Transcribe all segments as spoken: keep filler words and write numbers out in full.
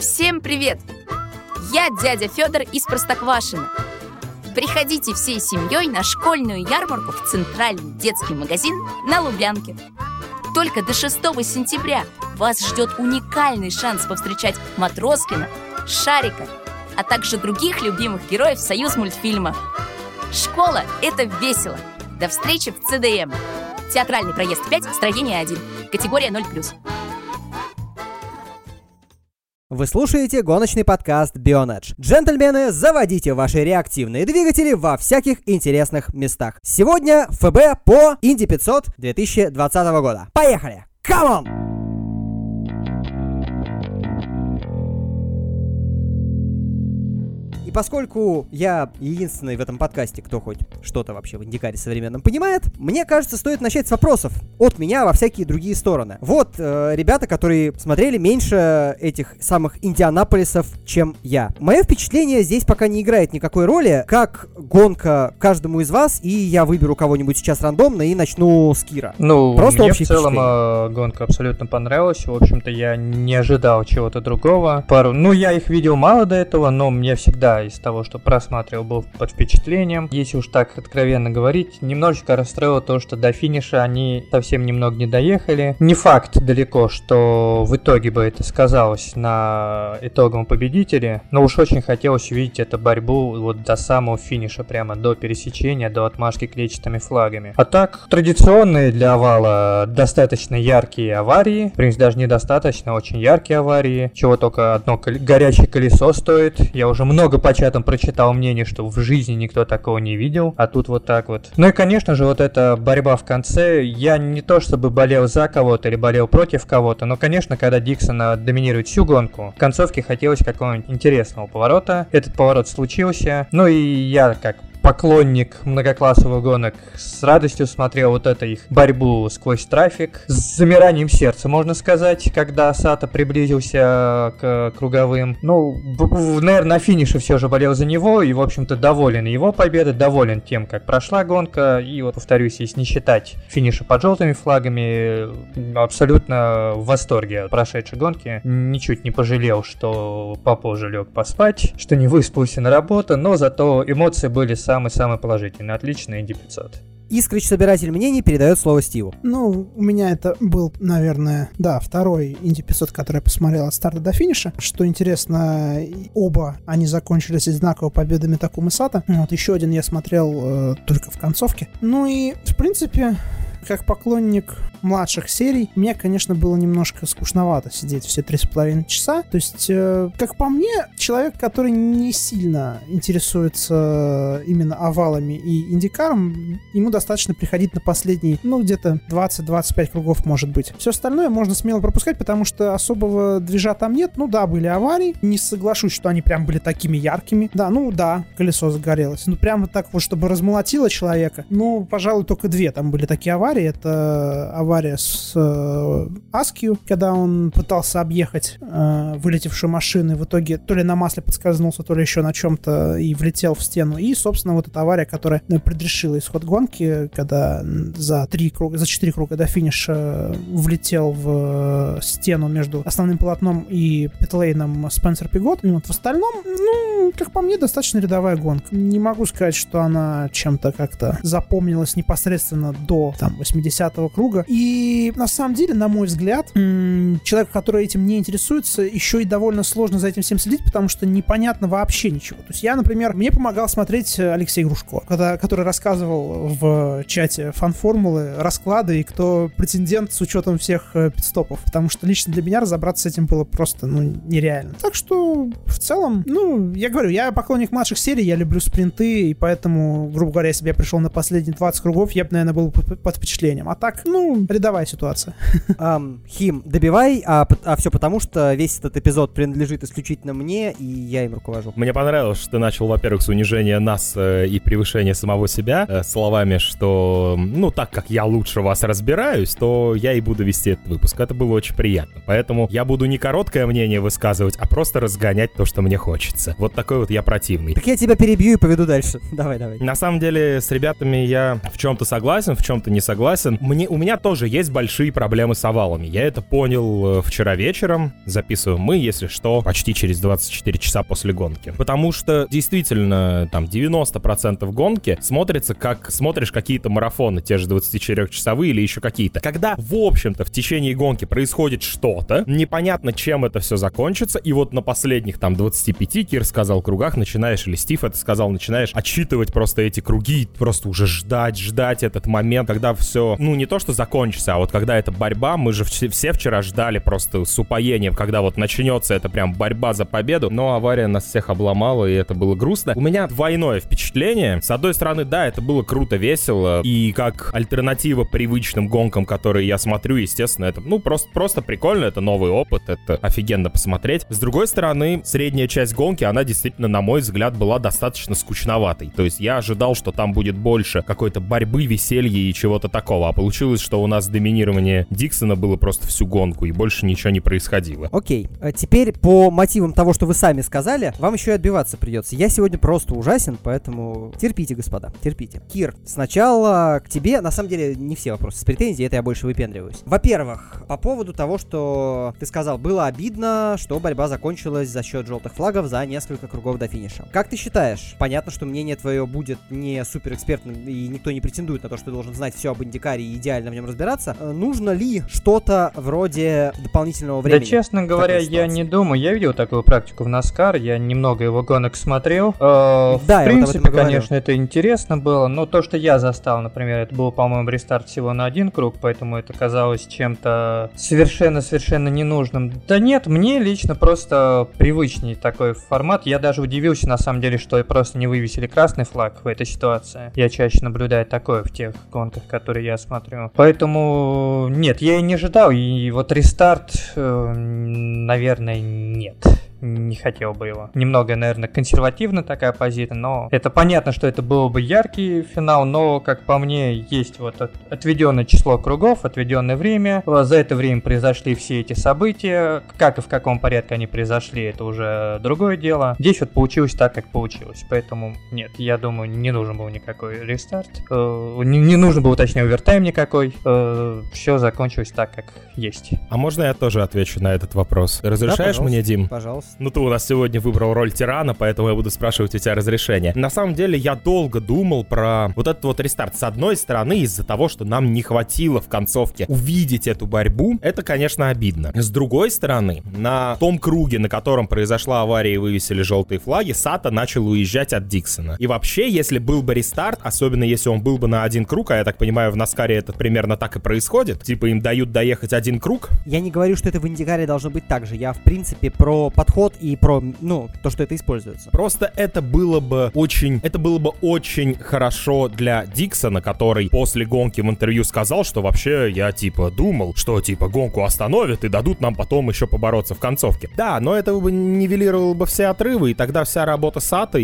Всем привет! Я дядя Федор из Простоквашино. Приходите всей семьей на школьную ярмарку в центральный детский магазин на Лубянке. Только до шестого сентября вас ждет уникальный шанс повстречать Матроскина, Шарика, а также других любимых героев Союзмультфильма. Школа – это весело. До встречи в цэ дэ эм. Театральный проезд пять, строение один, категория ноль плюс. Вы слушаете гоночный подкаст Bionedge. Джентльмены, заводите ваши реактивные двигатели во всяких интересных местах. Сегодня эф бэ по Инди пятьсот две тысячи двадцатого года. Поехали! Come on! И поскольку я единственный в этом подкасте, кто хоть что-то вообще в индикаре современном понимает, мне кажется, стоит начать с вопросов от меня во всякие другие стороны. Вот э, ребята, которые смотрели меньше этих самых Индианаполисов, чем я. Мое впечатление здесь пока не играет никакой роли, как гонка каждому из вас, и я выберу кого-нибудь сейчас рандомно и начну с Кира. Ну, просто мне в целом э, гонка абсолютно понравилась. В общем-то, я не ожидал чего-то другого. Пару, ну, я их видел мало до этого, но мне всегда из того, что просматривал, был под впечатлением. Если уж так откровенно говорить, немножечко расстроило то, что до финиша они совсем немного не доехали. Не факт далеко, что в итоге бы это сказалось на итоговом победителе, но уж очень хотелось увидеть эту борьбу вот до самого финиша, прямо до пересечения, до отмашки клетчатыми флагами. А так, традиционные для овала достаточно яркие аварии, в принципе, даже недостаточно, очень яркие аварии, чего только одно кол- горячее колесо стоит. Я уже много по чатам прочитал мнение, что в жизни никто такого не видел, а тут вот так вот. Ну и, конечно же, вот эта борьба в конце, я не то чтобы болел за кого-то или болел против кого-то, но, конечно, когда Диксон доминирует всю гонку, в концовке хотелось какого-нибудь интересного поворота. Этот поворот случился, ну и я, как поклонник многоклассовых гонок, с радостью смотрел вот эту их борьбу сквозь трафик. С замиранием сердца, можно сказать, когда Сато приблизился к круговым. Ну, наверное, на финише все же болел за него и, в общем-то, доволен его победой, доволен тем, как прошла гонка. И вот, повторюсь, если не считать финиша под желтыми флагами, абсолютно в восторге от прошедшей гонки. Ничуть не пожалел, что попозже лег поспать, что не выспался на работу, но зато эмоции были самый-самый положительный. Отлично, Инди пятьсот. Искрич, собиратель мнений, передает слово Стиву. Ну, у меня это был, наверное, да, второй Инди пятьсот, который я посмотрел от старта до финиша. Что интересно, оба они закончились одинаково победами Такумы Сато. Вот, еще один я смотрел э, только в концовке. Ну и, в принципе, как поклонник младших серий, мне, конечно, было немножко скучновато сидеть все три с половиной часа. То есть, э, как по мне, человек, который не сильно интересуется именно овалами и индикаром, ему достаточно приходить на последние, ну, где-то двадцать-двадцать пять кругов, может быть. Все остальное можно смело пропускать, потому что особого движа там нет. Ну да, были аварии. Не соглашусь, что они прям были такими яркими. Да, ну да, колесо загорелось. Ну, прям вот так вот, чтобы размолотило человека. Ну, пожалуй, только две там были такие аварии. Это авария с э, Аскью, когда он пытался объехать э, вылетевшую машину, и в итоге то ли на масле подскользнулся, то ли еще на чем-то и влетел в стену. И, собственно, вот эта авария, которая ну, предрешила исход гонки, когда за три круга, за четыре круга до финиша влетел в стену между основным полотном и питлейном Спенсер Пигот. И вот в остальном, ну, как по мне, достаточно рядовая гонка. Не могу сказать, что она чем-то как-то запомнилась непосредственно до там восьмидесятого круга. И на самом деле, на мой взгляд, человек, который этим не интересуется, еще и довольно сложно за этим всем следить, потому что непонятно вообще ничего. То есть я, например, мне помогал смотреть Алексей Грушко, когда, который рассказывал в чате фан-формулы, расклады и кто претендент с учетом всех пит-стопов, потому что лично для меня разобраться с этим было просто, ну, нереально. Так что, в целом, ну, я говорю, я поклонник младших серий, я люблю спринты, и поэтому, грубо говоря, если бы я пришел на последние двадцать кругов, я бы, наверное, был под впечатлением. А так, ну, рядовая ситуация. Um, Хим, добивай, а, а все потому, что весь этот эпизод принадлежит исключительно мне, и я им руковожу. Мне понравилось, что ты начал, во-первых, с унижения нас э, и превышения самого себя, э, словами, что, ну, так как я лучше вас разбираюсь, то я и буду вести этот выпуск. Это было очень приятно. Поэтому я буду не короткое мнение высказывать, а просто разгонять то, что мне хочется. Вот такой вот я противный. Так я тебя перебью и поведу дальше. Давай, давай. На самом деле, с ребятами я в чем-то согласен, в чем-то не согласен. Мне, у меня тоже же, есть большие проблемы с овалами. Я это понял э, вчера вечером. Записываем мы, если что, почти через двадцать четыре часа после гонки. Потому что, действительно, там, девяносто процентов гонки смотрится, как смотришь какие-то марафоны, те же двадцатичетырёхчасовые или еще какие-то. Когда, в общем-то, в течение гонки происходит что-то, непонятно, чем это все закончится, и вот на последних, там, двадцати пяти, Кир сказал, кругах начинаешь, или Стив это сказал, начинаешь отсчитывать просто эти круги, просто уже ждать, ждать этот момент, когда все, ну, не то, что закончится, а вот когда эта борьба, мы же все, все вчера ждали просто с упоением, когда вот начнется эта прям борьба за победу, но авария нас всех обломала, и это было грустно. У меня двойное впечатление. С одной стороны, да, это было круто, весело, и как альтернатива привычным гонкам, которые я смотрю, естественно, это, ну, просто, просто прикольно, это новый опыт, это офигенно посмотреть. С другой стороны, средняя часть гонки, она действительно, на мой взгляд, была достаточно скучноватой. То есть я ожидал, что там будет больше какой-то борьбы, веселья и чего-то такого, а получилось, что у нас доминирование Диксона было просто всю гонку, и больше ничего не происходило. Окей, а теперь по мотивам того, что вы сами сказали, вам еще и отбиваться придется. Я сегодня просто ужасен, поэтому терпите, господа, терпите. Кир, сначала к тебе, на самом деле, не все вопросы с претензией, это я больше выпендриваюсь. Во-первых, по поводу того, что ты сказал, было обидно, что борьба закончилась за счет желтых флагов за несколько кругов до финиша. Как ты считаешь? Понятно, что мнение твое будет не суперэкспертным, и никто не претендует на то, что ты должен знать все об Индикаре и идеально в нем разбираться. Нужно ли что-то вроде дополнительного времени? Да, честно говоря, я не думаю. Я видел такую практику в Наскар, я немного его гонок смотрел. Э, да, в принципе, вот конечно, это интересно было, но то, что я застал, например, это был, по-моему, рестарт всего на один круг, поэтому это казалось чем-то совершенно-совершенно ненужным. Да нет, мне лично просто привычнее такой формат. Я даже удивился, на самом деле, что просто не вывесили красный флаг в этой ситуации. Я чаще наблюдаю такое в тех гонках, которые я смотрю. Поэтому нет, я и не ожидал, и вот рестарт, э, наверное, нет. Не хотел бы его. Немного, наверное, консервативно такая позиция, но это понятно, что это был бы яркий финал, но, как по мне, есть вот отведенное число кругов, отведенное время. За это время произошли все эти события. Как и в каком порядке они произошли, это уже другое дело. Здесь вот получилось так, как получилось. Поэтому, нет, я думаю, не нужен был никакой рестарт. Не, не нужен был, точнее, овертайм никакой. Все закончилось так, как есть. А можно я тоже отвечу на этот вопрос? Разрешаешь да, мне, Дим? Пожалуйста. Ну, ты у нас сегодня выбрал роль тирана, поэтому я буду спрашивать у тебя разрешение. На самом деле, я долго думал про вот этот вот рестарт. С одной стороны, из-за того, что нам не хватило в концовке увидеть эту борьбу, это, конечно, обидно. С другой стороны, на том круге, на котором произошла авария и вывесили желтые флаги, Сато начал уезжать от Диксона. И вообще, если был бы рестарт, особенно если он был бы на один круг, а я так понимаю, в Наскаре это примерно так и происходит, типа им дают доехать один круг. Я не говорю, что это в Индикаре должно быть так же. Я, в принципе, про подход и про, ну, то, что это используется. Просто это было бы очень, это было бы очень хорошо для Диксона, который после гонки в интервью сказал, что вообще я, типа, думал, что, типа, гонку остановят и дадут нам потом еще побороться в концовке. Да, но это бы нивелировало бы все отрывы, и тогда вся работа Сато,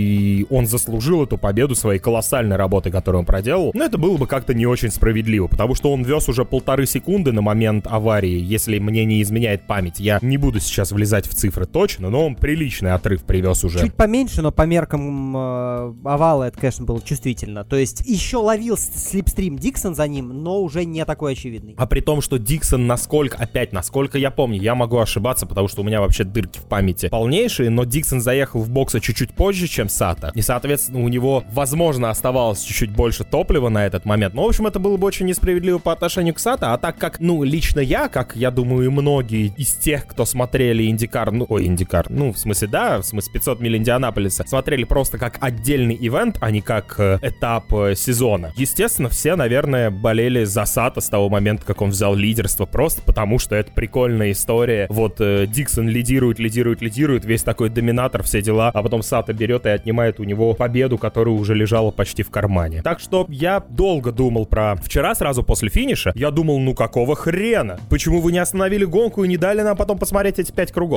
и он заслужил эту победу своей колоссальной работой, которую он проделал. Но это было бы как-то не очень справедливо, потому что он вез уже полторы секунды на момент аварии, если мне не изменяет память. Я не буду сейчас влезать в цифры точно, но он приличный отрыв привез уже. Чуть поменьше, но по меркам э, овала это, конечно, было чувствительно. То есть еще ловил слипстрим Диксон за ним, но уже не такой очевидный. А при том, что Диксон, насколько, опять, насколько я помню, я могу ошибаться, потому что у меня вообще дырки в памяти полнейшие, но Диксон заехал в боксы чуть-чуть позже, чем Сато. И, соответственно, у него, возможно, оставалось чуть-чуть больше топлива на этот момент. Но, в общем, это было бы очень несправедливо по отношению к Сато. А так как, ну, лично я, как, я думаю, и многие из тех, кто смотрели Индикар, ну, ой, Индикар, ну, в смысле, да, в смысле пятьсот миль Индианаполиса, смотрели просто как отдельный ивент, а не как э, этап э, сезона. Естественно, все, наверное, болели за Сато с того момента, как он взял лидерство, просто потому что это прикольная история. Вот э, Диксон лидирует, лидирует, лидирует, весь такой доминатор, все дела, а потом Сато берет и отнимает у него победу, которая уже лежала почти в кармане. Так что я долго думал про... Вчера, сразу после финиша, я думал, ну какого хрена? Почему вы не остановили гонку и не дали нам потом посмотреть эти пять кругов? Потом я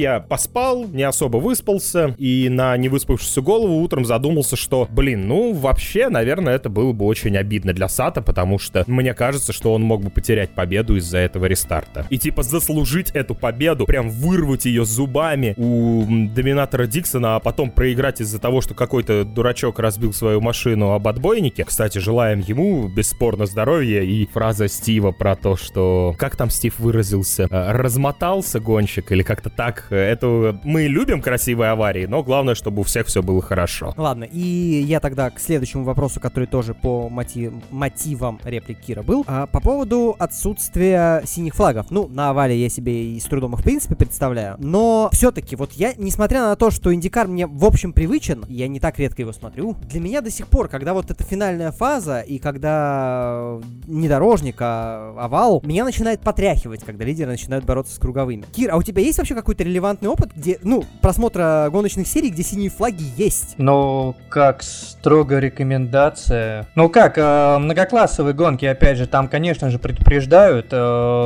я поспал, не особо выспался, и на невыспавшуюся голову утром задумался, что, блин, ну, вообще, наверное, это было бы очень обидно для Сато, потому что мне кажется, что он мог бы потерять победу из-за этого рестарта. И типа заслужить эту победу, прям вырвать ее зубами у Доминатора Диксона, а потом проиграть из-за того, что какой-то дурачок разбил свою машину об отбойнике. Кстати, желаем ему бесспорно здоровья. И фраза Стива про то, что... Как там Стив выразился? Размотался гонщик или как-то так. Это... Мы любим красивые аварии, но главное, чтобы у всех все было хорошо. Ладно, и я тогда к следующему вопросу, который тоже по мотив... мотивам реплик Кира был. А, по поводу отсутствия синих флагов. Ну, на овале я себе и с трудом их в принципе представляю. Но все-таки, вот я, несмотря на то, что IndyCar мне в общем привычен, я не так редко его смотрю, для меня до сих пор, когда вот эта финальная фаза, и когда не дорожник, а овал, меня начинает потряхивать, когда лидеры начинают бороться с круговыми. Кир, а у тебя есть вообще какой-то релевантный опыт, где, ну, просмотра гоночных серий, где синие флаги есть? Ну, как строгая рекомендация. Ну, как, э, многоклассовые гонки, опять же, там, конечно же, предупреждают э,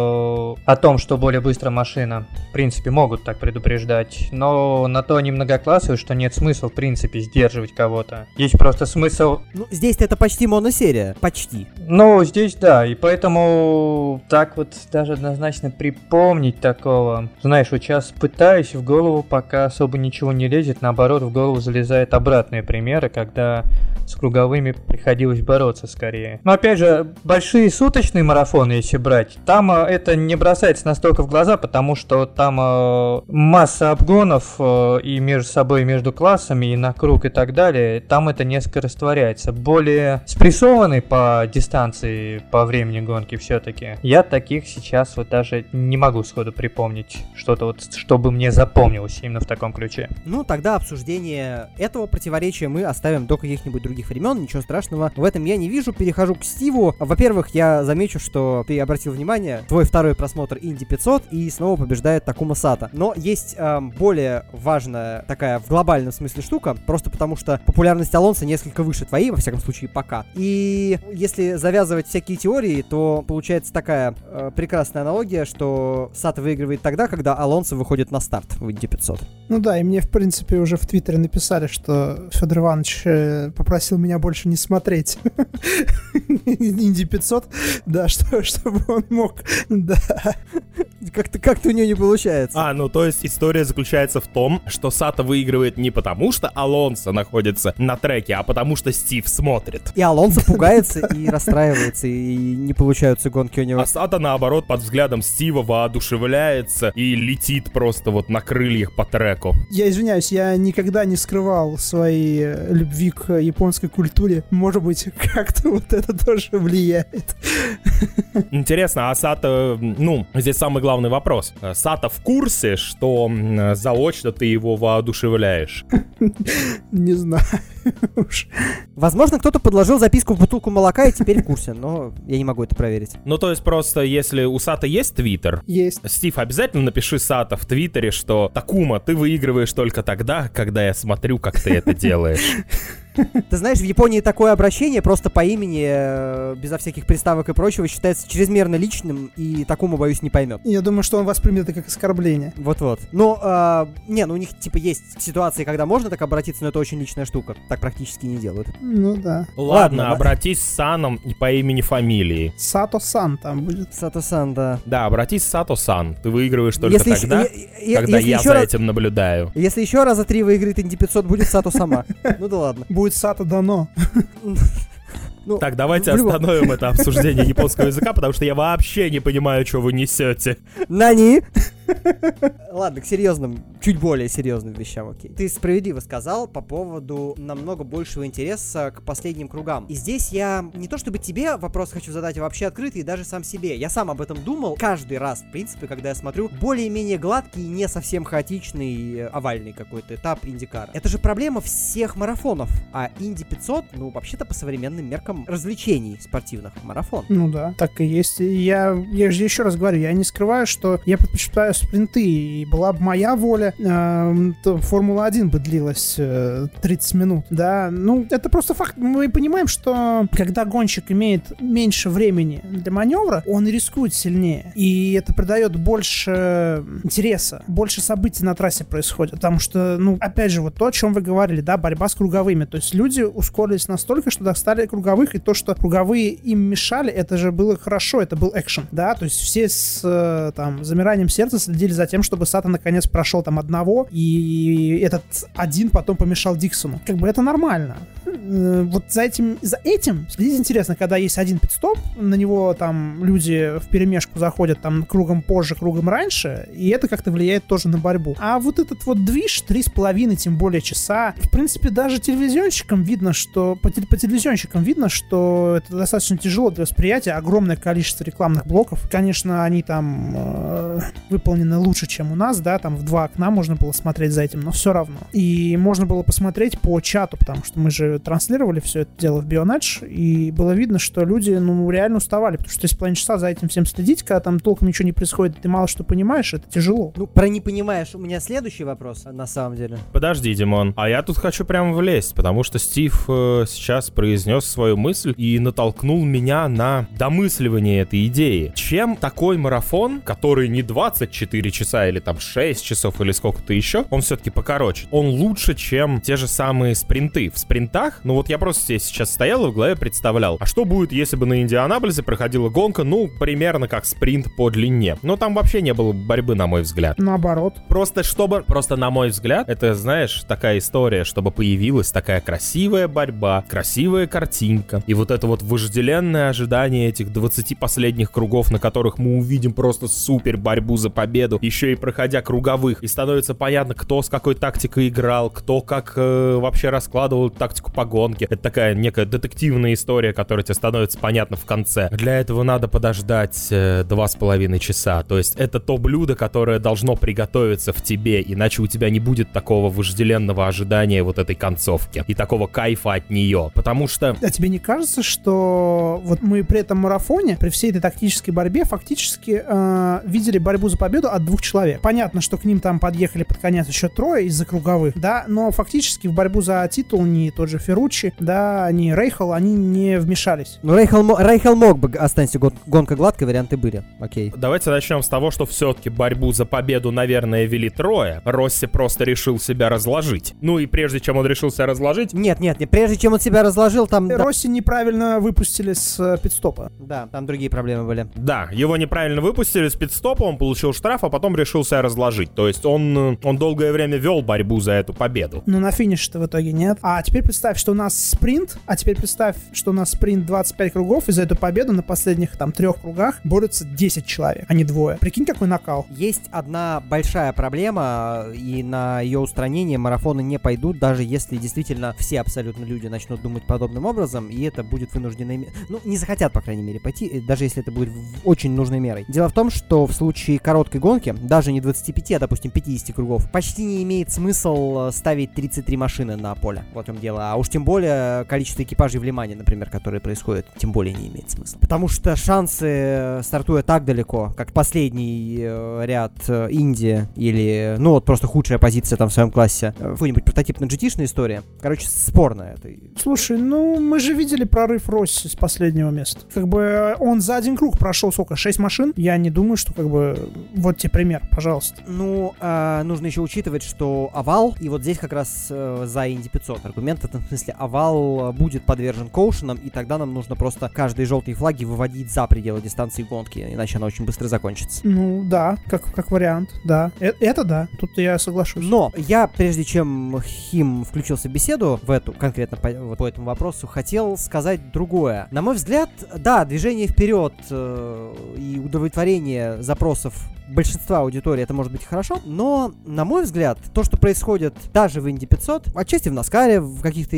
о том, что более быстрая машина. В принципе, могут так предупреждать. Но на то они многоклассовые, что нет смысла, в принципе, сдерживать кого-то. Есть просто смысл... Ну, здесь-то это почти моносерия. Почти. Ну, здесь да, и поэтому так вот даже однозначно припомнить такого. Знаешь, вот сейчас пытаюсь в голову, пока особо ничего не лезет, наоборот, в голову залезают обратные примеры, когда с круговыми приходилось бороться скорее. Но опять же, большие суточные марафоны, если брать, там э, это не бросается настолько в глаза, потому что там э, масса обгонов э, и между собой, и между классами, и на круг и так далее, там это несколько растворяется. Более спрессованный по дистанции, по времени гонки все-таки. Я таких сейчас вот даже не могу сходу припомнить что-то вот, чтобы мне запомнилось именно в таком ключе. Ну, тогда обсуждение этого противоречия мы оставим до каких-нибудь других времен, ничего страшного в этом я не вижу. Перехожу к Стиву. Во-первых, я замечу, что ты обратил внимание, твой второй просмотр Инди пятьсот, и снова побеждает Такума Сато. Но есть эм, более важная такая в глобальном смысле штука, просто потому что популярность Алонсо несколько выше твоей, во всяком случае, пока. И если завязывать всякие теории, то получается такая э, прекрасная аналогия, что Сато выигрывает тогда, когда Алонсо выходит на старт в Инди пятьсот. Ну да, и мне, в принципе, уже в Твиттере написали, что Федор Иванович э, попросил меня больше не смотреть Инди пятьсот, да, что, чтобы он мог, да. Как-то, как-то у нее не получается. А, ну то есть история заключается в том, что Сато выигрывает не потому, что Алонсо находится на треке, а потому что Стив смотрит. И Алонсо пугается и расстраивается, и не получаются гонки у него. А Сато, наоборот, под взглядом Стива воодушевляется и летит просто вот на крыльях по треку. Я извиняюсь, я никогда не скрывал своей любви к японской культуре. Может быть, как-то вот это тоже влияет. Интересно, а Сато, ну, здесь самый главный вопрос. Сато в курсе, что заочно ты его воодушевляешь? Не знаю уж. Возможно, кто-то подложил записку в бутылку молока и теперь в курсе, но я не могу это проверить. Ну, то есть просто, если у Сато есть твиттер, есть. Стив, обязательно напиши Сато в твиттере, что «Такума, ты выигрываешь только тогда, когда я смотрю, как ты это делаешь». Ты знаешь, в Японии такое обращение просто по имени, э, безо всяких приставок и прочего, считается чрезмерно личным, и Такума, боюсь, не поймет. Я думаю, что он воспримет это как оскорбление. Вот-вот. Ну, э, не, ну у них, типа, есть ситуации, когда можно так обратиться, но это очень личная штука. Так практически не делают. Ну да. Ладно, Ладно, обратись с Саном по имени-фамилии. Сато-сан там будет. Сато-сан, да. Да, обратись с Сато-сан. Ты выигрываешь только Если тогда, еще- е- когда если я еще за раз- этим наблюдаю. Если еще раза три выиграет Инди пятьсот, будет Сато сама. Ну да ладно. Будет Сато дано. Ну, Так, давайте в любом- остановим это обсуждение японского языка, потому что я вообще не понимаю, что вы несете. Нани! Ладно, к серьезным, чуть более серьезным вещам, окей. Ты справедливо сказал по поводу намного большего интереса к последним кругам. И здесь я не то чтобы тебе вопрос хочу задать, а вообще открытый, и даже сам себе. Я сам об этом думал каждый раз, в принципе, когда я смотрю более-менее гладкий, не совсем хаотичный, овальный какой-то этап Индикара. Это же проблема всех марафонов. А Инди пятьсот, ну, вообще-то по современным меркам развлечений спортивных марафон. Ну да, так и есть. И Я, я же еще раз говорю, я не скрываю, что я предпочитаю обожаю спринты, и была бы моя воля, э, то Формула один бы длилась э, тридцать минут, да. Ну, это просто факт. Мы понимаем, что когда гонщик имеет меньше времени для маневра, он рискует сильнее, и это придает больше интереса, больше событий на трассе происходит, потому что, ну, опять же, вот то, о чем вы говорили, да, борьба с круговыми, то есть люди ускорились настолько, что достали круговых, и то, что круговые им мешали, это же было хорошо, это был экшен, да, то есть все с там замиранием сердца следили за тем, чтобы Сато наконец прошел там одного, и этот один потом помешал Диксону. Как бы это нормально. Вот за этим, за этим следить интересно, когда есть один пит-стоп, на него там люди вперемешку заходят там кругом позже, кругом раньше, и это как-то влияет тоже на борьбу. А вот этот вот движ, три с половиной, тем более часа, в принципе, даже телевизионщикам видно, что по, по телевизионщикам видно, что это достаточно тяжело для восприятия, огромное количество рекламных блоков. Конечно, они там э, выполнены лучше, чем у нас, да, там в два окна можно было смотреть за этим, но все равно. И можно было посмотреть по чату, потому что мы же транслировали все это дело в Bionedge, и было видно, что люди, ну, реально уставали, потому что если половина часа за этим всем следить, когда там толком ничего не происходит, ты мало что понимаешь, это тяжело. Ну, про не понимаешь, у меня следующий вопрос, на самом деле. Подожди, Димон, а я тут хочу прям влезть, потому что Стив э, сейчас произнес свою мысль и натолкнул меня на домысливание этой идеи. Чем такой марафон, который не двадцать четыре часа или там шесть часов или сколько-то еще, он все-таки покороче, он лучше, чем те же самые спринты. В спринтах, ну вот я просто себе сейчас стоял и в голове представлял, а что будет, если бы на Индианаполисе проходила гонка, ну, примерно как спринт по длине. Но там вообще не было борьбы, на мой взгляд. Наоборот. Просто чтобы, просто на мой взгляд, это, знаешь, такая история, чтобы появилась такая красивая борьба, красивая картинка, и вот это вот вожделенное ожидание этих двадцати последних кругов, на которых мы увидим просто супер борьбу за победу, еще и проходя круговых, и становится понятно, кто с какой тактикой играл, кто как э, вообще раскладывал тактику по гонке. Это такая некая детективная история, которая тебе становится понятна в конце. Для этого надо подождать э, два с половиной часа. То есть это то блюдо, которое должно приготовиться в тебе, иначе у тебя не будет такого вожделенного ожидания вот этой концовки и такого кайфа от нее. Потому что... А тебе не кажется, что вот мы при этом марафоне, при всей этой тактической борьбе фактически э, видели борьбу за победу от двух человек? Понятно, что к ним там подъехали под конец еще трое из-за круговых, да, но фактически в борьбу за титул ни тот же Ферруччи, да, ни Рейхел, они не вмешались. Ну, Рейхел, Рейхел мог бы, останься гон, гонка гладкая, варианты были, окей. Давайте начнем с того, что все-таки борьбу за победу, наверное, вели трое. Росси просто решил себя разложить. Ну и прежде чем он решил себя разложить... Нет, нет, нет, прежде чем он себя разложил, там... Росси неправильно выпустили с э, пит-стопа. Да, там другие проблемы были. Да, его неправильно выпустили с пит-стопа, он получил штраф, а потом решил себя разложить. То есть он, он долгое время вел борьбу за эту победу. Но на финише-то в итоге нет. А теперь представь, что у нас спринт, а теперь представь, что у нас спринт двадцать пять кругов, и за эту победу на последних там трех кругах борются десять человек, а не двое. Прикинь, какой накал. Есть одна большая проблема, и на ее устранение марафоны не пойдут, даже если действительно все абсолютно люди начнут думать подобным образом, и это будет вынужденной мерой. Ну, не захотят, по крайней мере, пойти, даже если это будет очень нужной мерой. Дело в том, что в случае короткой гонки, даже не двадцати пяти, а, допустим, пятидесяти кругов, почти не имеет смысл ставить тридцать три машины на поле. Вот в чем дело. А уж тем более количество экипажей в Лимане, например, которые происходят, тем более не имеет смысла. Потому что шансы, стартуя так далеко, как последний э, ряд э, Индии или, ну вот просто худшая позиция там в своем классе, э, какой-нибудь прототипная джи ти-шная история, короче, спорная это. Слушай, ну мы же видели прорыв Росси с последнего места. Как бы он за один круг прошел сколько? шесть машин? Я не думаю, что как бы... Вот тебе пример, пожалуйста. Ну, э, нужно еще учитывать, что овал, и вот здесь как раз э, за Инди пятьсот аргумент в этом смысле, овал будет подвержен коушенам, и тогда нам нужно просто каждые желтые флаги выводить за пределы дистанции гонки, иначе она очень быстро закончится. Ну, да, как, как вариант, да. Э- это да, тут я соглашусь. Но я, прежде чем Хим включился в беседу, в эту, конкретно по, вот, по этому вопросу, хотел сказать другое. На мой взгляд, да, движение вперед э, и удовлетворение запросов большинства аудитории, это может быть хорошо, но, на мой взгляд, то, что происходит даже в Инди пятьсот, отчасти в Наскаре, в каких-то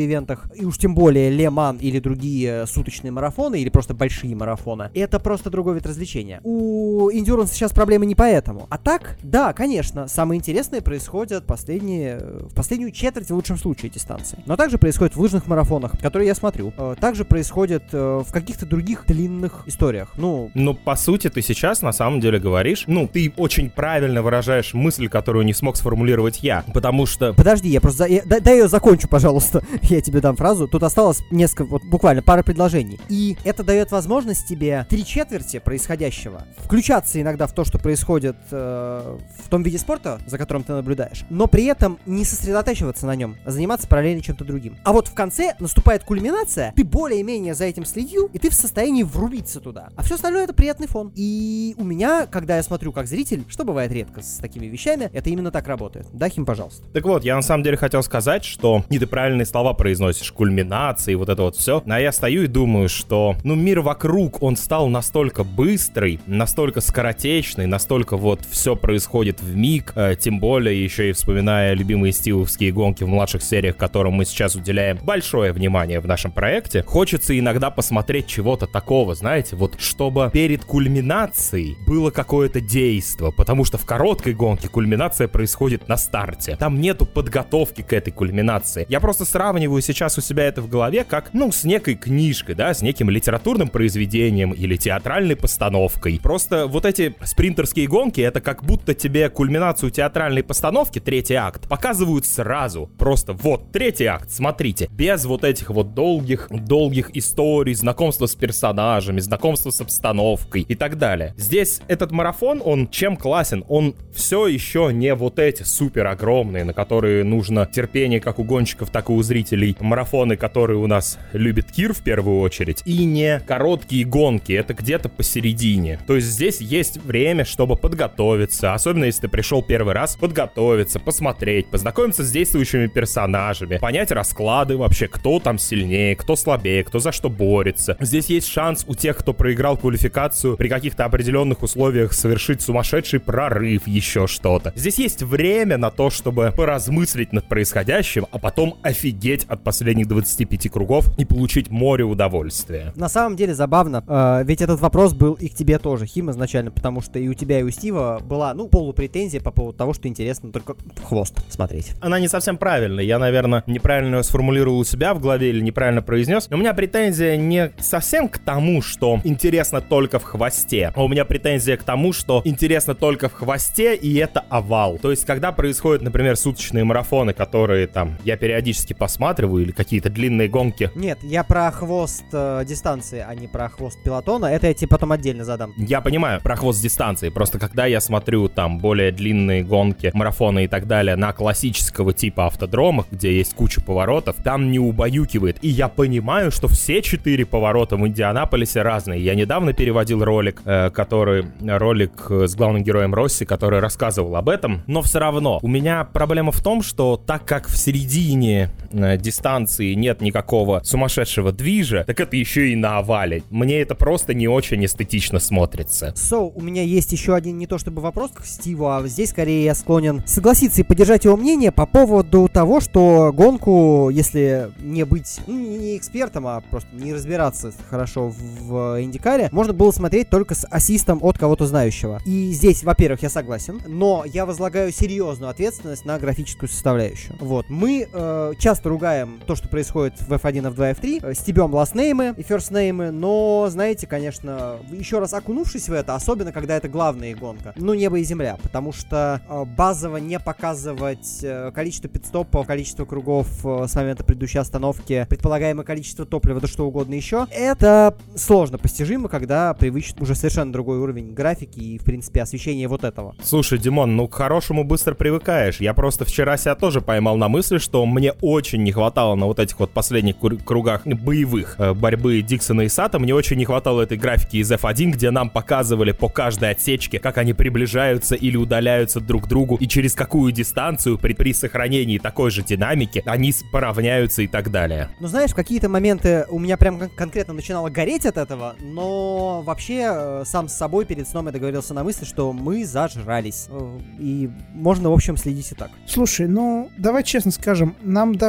ивентах, и уж тем более Ле Ман или другие суточные марафоны, или просто большие марафоны, это просто другой вид развлечения. У Endurance сейчас проблемы не поэтому. А так, да, конечно, самое интересное происходит последние, в последнюю четверть в лучшем случае дистанции. Но также происходит в лыжных марафонах, которые я смотрю. Также происходит в каких-то других длинных историях. Ну, ну, по сути, ты сейчас на самом деле говоришь, ну, ты очень правильно выражаешь мысль, которую не смог сформулировать я, потому что... Подожди, я просто... Я, дай, дай я ее закончу, пожалуйста. Я тебе дам фразу. Тут осталось несколько, вот буквально пара предложений. И это дает возможность тебе три четверти происходящего включаться иногда в то, что происходит э, в том виде спорта, за которым ты наблюдаешь, но при этом не сосредотачиваться на нем, а заниматься параллельно чем-то другим. А вот в конце наступает кульминация, ты более-менее за этим следил, и ты в состоянии врубиться туда. А все остальное — это приятный фон. И у меня, когда я смотрю как зритель, что бывает редко с такими вещами, это именно так работает. Да, Хим, пожалуйста. Так вот, я на самом деле хотел сказать, что не ты правильные слова произносишь, кульминации, вот это вот все. А я стою и думаю, что, ну, мир вокруг, он стал настолько быстрый, настолько скоротечный, настолько вот все происходит в миг, э, тем более еще и вспоминая любимые стиловские гонки в младших сериях, которым мы сейчас уделяем большое внимание в нашем проекте, хочется иногда посмотреть чего-то такого, знаете, вот чтобы перед кульминацией было какое-то действо, потому что в короткой гонке кульминация происходит на старте. Там нету подготовки к этой кульминации. Я просто сравниваю сейчас у себя это в голове как, ну, с некой книжкой, да, с неким литературным произведением или театральной постановкой. Просто вот эти спринтерские гонки, это как будто тебе кульминацию театральной постановки, третий акт, показывают сразу. Просто вот, третий акт, смотрите. Без вот этих вот долгих, долгих историй, знакомства с персонажами, знакомства с обстановкой и так далее. Здесь этот марафон, он чем классен? Он все еще не вот эти супер огромные, на которые нужно терпение как у гонщиков, так и у зрителей. Марафоны, которые у нас любит Кир в первую очередь. И не короткие гонки, это где-то посередине. То есть здесь есть время, чтобы подготовиться. Особенно если ты пришел первый раз, подготовиться, посмотреть, познакомиться с действующими персонажами, понять расклады вообще, кто там сильнее, кто слабее, кто за что борется. Здесь есть шанс у тех, кто проиграл квалификацию, при каких-то определенных условиях совершить сумасшедший прорыв, еще что-то. Здесь есть время на то, чтобы поразмыслить над происходящим, а потом офигеть от последних двадцати пяти кругов и получить море удовольствия. На самом деле забавно, э, ведь этот вопрос был и к тебе тоже, Хим, изначально, потому что и у тебя, и у Стива была, ну, полупретензия по поводу того, что интересно только хвост смотреть. Она не совсем правильная. Я, наверное, неправильно сформулировал у себя в голове или неправильно произнес. Но у меня претензия не совсем к тому, что интересно только в хвосте, а у меня претензия к тому, что интересно только в хвосте, и это овал. То есть, когда происходят, например, суточные марафоны, которые там я периодически посматриваю, или какие-то длинные гонки. Нет, я про хвост э, дистанции, а не про хвост пилотона. Это я тебе потом отдельно задам. Я понимаю про хвост дистанции. Просто когда я смотрю там более длинные гонки, марафоны и так далее на классического типа автодромах, где есть куча поворотов, там не убаюкивает. И я понимаю, что все четыре поворота в Индианаполисе разные. Я недавно переводил ролик, э, который ролик с главным героем Росси, который рассказывал об этом. Но все равно у меня проблема в том, что так как в середине э, дистанции нет никакого сумасшедшего движа, так это еще и на овале. Мне это просто не очень эстетично смотрится. So, у меня есть еще один не то чтобы вопрос к Стиву, а здесь скорее я склонен согласиться и поддержать его мнение по поводу того, что гонку, если не быть, ну, не экспертом, а просто не разбираться хорошо в Индикаре, можно было смотреть только с ассистом от кого-то знающего. И здесь, во-первых, я согласен, но я возлагаю серьезную ответственность на графическую составляющую. Вот. Мы э, часто ругаем то, что происходит в эф один, эф два, эф три, э, стебем ластнеймы и ферстнеймы, но, знаете, конечно, еще раз окунувшись в это, особенно когда это главная гонка, ну, небо и земля, потому что э, базово не показывать э, количество пит-стопов, количество кругов э, с момента предыдущей остановки, предполагаемое количество топлива, да что угодно еще, это сложно постижимо, когда привычен уже совершенно другой уровень графики и, в принципе, освещения вот этого. Слушай, Димон, ну к хорошему быстро привыкаешь. Я просто вчера себя тоже поймал на мысли, что мне очень не хватало на вот этих вот последних кур- кругах боевых э, борьбы Диксона и Сата, мне очень не хватало этой графики из эф один, где нам показывали по каждой отсечке, как они приближаются или удаляются друг к другу, и через какую дистанцию при, при сохранении такой же динамики они поравняются и так далее. Ну, знаешь, в какие-то моменты у меня прям кон- конкретно начинало гореть от этого, но вообще э, сам с собой перед сном я договорился на мысли, что мы зажрались. Э, и можно, в общем, следить и так. Слушай, ну, давай честно скажем, нам даже в момент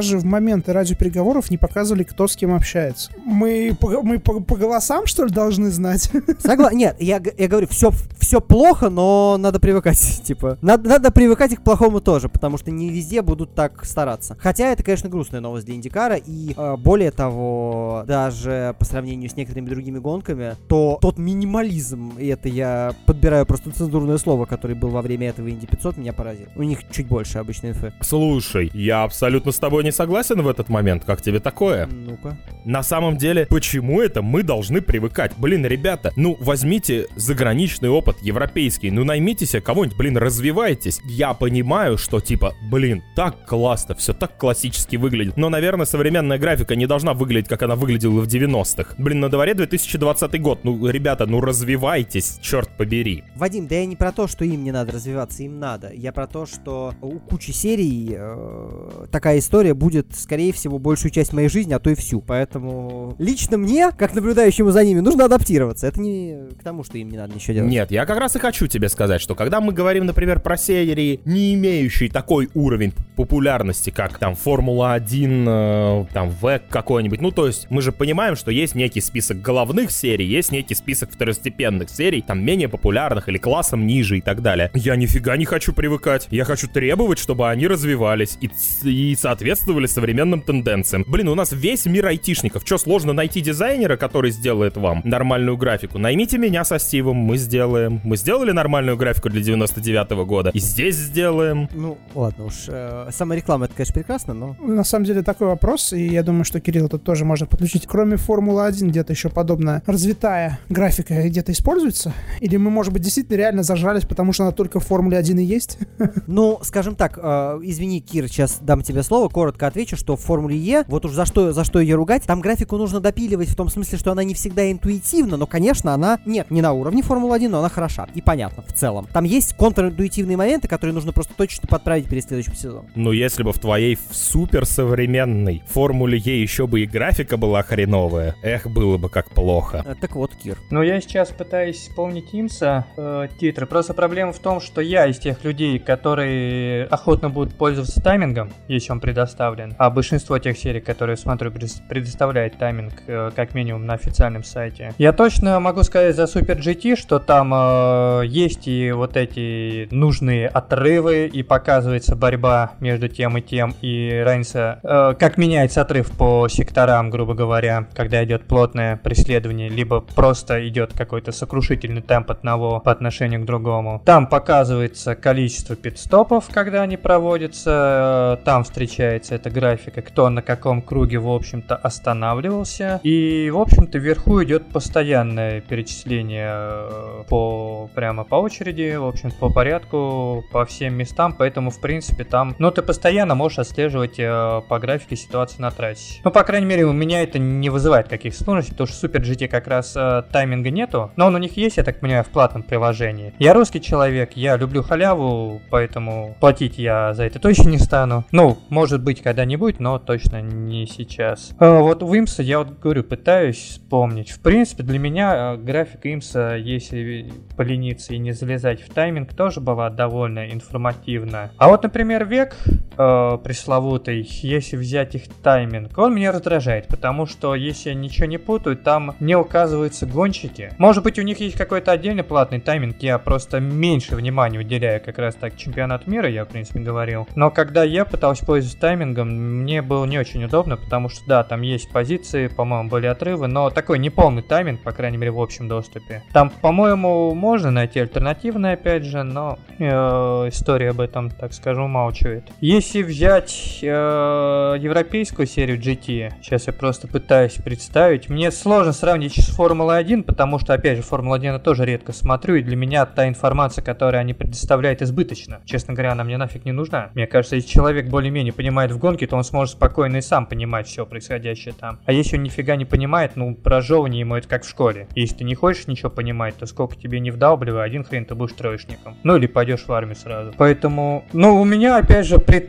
моменты радиопереговоров не показывали, кто с кем общается. Мы по, мы по, по голосам, что ли, должны знать? Согла... Нет, я, я говорю, все, все плохо, но надо привыкать, типа. Надо, надо привыкать и к плохому тоже, потому что не везде будут так стараться. Хотя это, конечно, грустная новость для IndyCar, и э, более того, даже по сравнению с некоторыми другими гонками, то тот минимализм, и это я подбираю просто цензурное слово, который был во время этого Инди пятьсот, меня поразил. У них чуть больше обычной инфы. Слушай, я абсолютно с тобой не согласен в этот момент. Как тебе такое? Ну-ка. На самом деле, почему это мы должны привыкать? Блин, ребята, ну возьмите заграничный опыт, европейский, ну наймите себе кого-нибудь, блин, развивайтесь. Я понимаю, что типа, блин, так классно, все так классически выглядит. Но, наверное, современная графика не должна выглядеть, как она выглядела в девяностых. Блин, на дворе две тысячи двадцатый год. Ну, ребята, ну развивайтесь, черт побери. Вадим, да я не про то, что им не надо развиваться, им надо. Я про то, что у кучи серий э, такая история будет, скорее всего, большую часть моей жизни, а то и всю. Поэтому лично мне, как наблюдающему за ними, нужно адаптироваться. Это не к тому, что им не надо ничего делать. Нет, я как раз и хочу тебе сказать, что когда мы говорим, например, про серии, не имеющие такой уровень популярности, как там Формула один, э, там ВЭК какой-нибудь, ну то есть мы же понимаем, что есть некий список головных серий, есть некий список второстепенных серий, там менее популярных или классом ниже и так далее. Я нифига не хочу привыкать. Я хочу требовать, чтобы они развивались и, и соответствовали современным тенденциям. Блин, у нас весь мир айтишников. Че, сложно найти дизайнера, который сделает вам нормальную графику? Наймите меня со Стивом, мы сделаем. Мы сделали нормальную графику для девяносто девятого года. И здесь сделаем. Ну, ладно уж. Э, сама реклама, это, конечно, прекрасно, но... На самом деле такой вопрос, и я думаю, что Кирилл тут тоже можно подключить. Кроме Формулы один, где-то еще подобная развитая графика где-то используется? Или мы, может быть, действительно реально зажрались, потому что она только в Формуле один и есть? Ну, скажем так, э, извини, Кир, сейчас дам тебе слово, коротко отвечу, что в Формуле Е, вот уж за что, за что ее ругать, там графику нужно допиливать в том смысле, что она не всегда интуитивна, но, конечно, она, нет, не на уровне Формулы один, но она хороша и понятна в целом. Там есть контринтуитивные моменты, которые нужно просто точно подправить перед следующим сезоном. Ну, если бы в твоей суперсовременной Формуле Е еще бы и графика была хреновая, эх, было бы как плохо. Э, так вот, Кир. Ну, я сейчас пытаюсь вспомнить имса, э, титры. Просто проблема в том, что я из тех людей, которые охотно будут пользоваться таймингом, если он предоставлен, а большинство тех серий, которые смотрю, предоставляет тайминг, э, как минимум на официальном сайте. Я точно могу сказать за Super джи ти, что там э, есть и вот эти нужные отрывы, и показывается борьба между тем и тем, и разница, э, как меняется отрыв по секторам, грубо говоря, когда идет плотное преследование, либо просто идет какой-то сокрушительный темп одного по отношению к другому. Там показывается количество пит-стопов, когда они проводятся, там встречается эта графика, кто на каком круге, в общем-то, останавливался, и, в общем-то, вверху идет постоянное перечисление по прямо по очереди, в общем, по порядку, по всем местам, поэтому, в принципе, там, ну, ты постоянно можешь отслеживать э, по графике ситуацию на трассе. Ну, по крайней мере, у меня это не вызывает каких-то сложностей, потому что Super джи ти как раз э, тайминга нету, но он у них есть, я так понимаю, в платном приложении. Я русский человек, я люблю халяву, поэтому платить я за это точно не стану. Ну, может быть, когда-нибудь, но точно не сейчас. Э, вот в имса я вот говорю, пытаюсь вспомнить. В принципе, для меня э, графика имса, если полениться и не залезать в тайминг, тоже была довольно информативна. А вот, например, век э, пресловутый, если взять их тайминг, он меня раздражает, потому что, если я ничего не путаю, там не указываются гонщики. Может быть, у них есть какой-то отдельный платный тайминг, я просто меньше внимания уделяю как раз так чемпионат мира, я, в принципе, говорил. Но когда я пытался пользоваться таймингом, мне было не очень удобно, потому что, да, там есть позиции, по-моему, были отрывы, но такой неполный тайминг, по крайней мере, в общем доступе. Там, по-моему, можно найти альтернативное, опять же, но э, история об этом, так скажу, умалчивает. Если взять э, европейскую серию джи ти, сейчас я просто пытаюсь представить, мне сложно сравнить с Формулой один, потому что, опять же, Формулу один я тоже редко смотрю, и для меня та информация, которую они предоставляют, избыточна. Честно говоря, она мне нафиг не нужна. Мне кажется, если человек более-менее понимает в гонке, то он сможет спокойно и сам понимать все происходящее там. А если он нифига не понимает, ну, прожевывание ему это как в школе. Если ты не хочешь ничего понимать, то сколько тебе не вдалбливай, один хрен ты будешь троечником. Ну, или пойдешь в армию сразу. Поэтому, ну, у меня, опять же, претензии